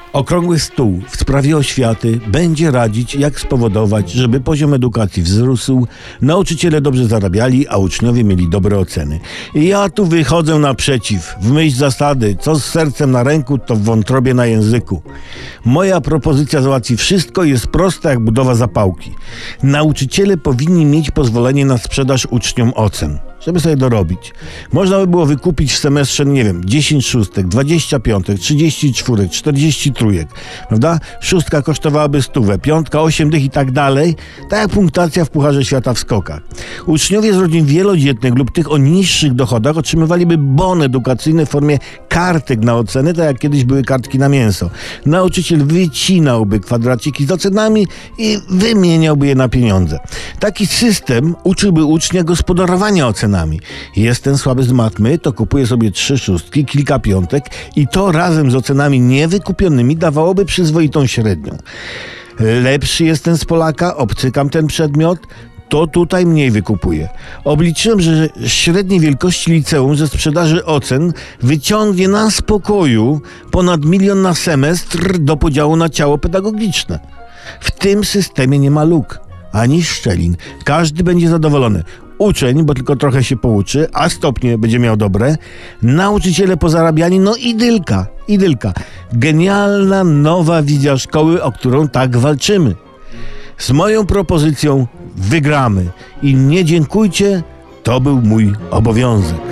Okrągły stół w sprawie oświaty będzie radzić, jak spowodować, żeby poziom edukacji wzrósł, nauczyciele dobrze zarabiali, a uczniowie mieli dobre oceny. I ja tu wychodzę naprzeciw, w myśl zasady, co z sercem na ręku, to w wątrobie na języku. Moja propozycja załatwi wszystko i jest prosta jak budowa zapałki. Nauczyciele powinni mieć pozwolenie na sprzedaż uczniom ocen, żeby sobie dorobić. Można by było wykupić w semestrze, 10 szóstek, 20 piątek, 30 czwórek, 40 trójek, prawda? Szóstka kosztowałaby 100, piątka 8 dych i tak dalej, tak jak punktacja w Pucharze Świata w skokach. Uczniowie z rodzin wielodzietnych lub tych o niższych dochodach otrzymywaliby bon edukacyjny w formie kartek na oceny, tak jak kiedyś były kartki na mięso. Nauczyciel wycinałby kwadraciki z ocenami i wymieniałby je na pieniądze. Taki system uczyłby ucznia gospodarowania ocenami. Jest ten słaby z matmy, to kupuje sobie 3 szóstki, kilka piątek i to razem z ocenami niewykupionymi dawałoby przyzwoitą średnią. Lepszy jest ten z Polaka, obcykam ten przedmiot, to tutaj mniej wykupuje. Obliczyłem, że średniej wielkości liceum ze sprzedaży ocen wyciągnie na spokoju ponad 1 000 000 na semestr do podziału na ciało pedagogiczne. W tym systemie nie ma luk, ani szczelin. Każdy będzie zadowolony. Uczeń, bo tylko trochę się pouczy, a stopnie będzie miał dobre. Nauczyciele pozarabiani, no idylka. Genialna, nowa wizja szkoły, o którą tak walczymy. Z moją propozycją wygramy i nie dziękujcie, to był mój obowiązek.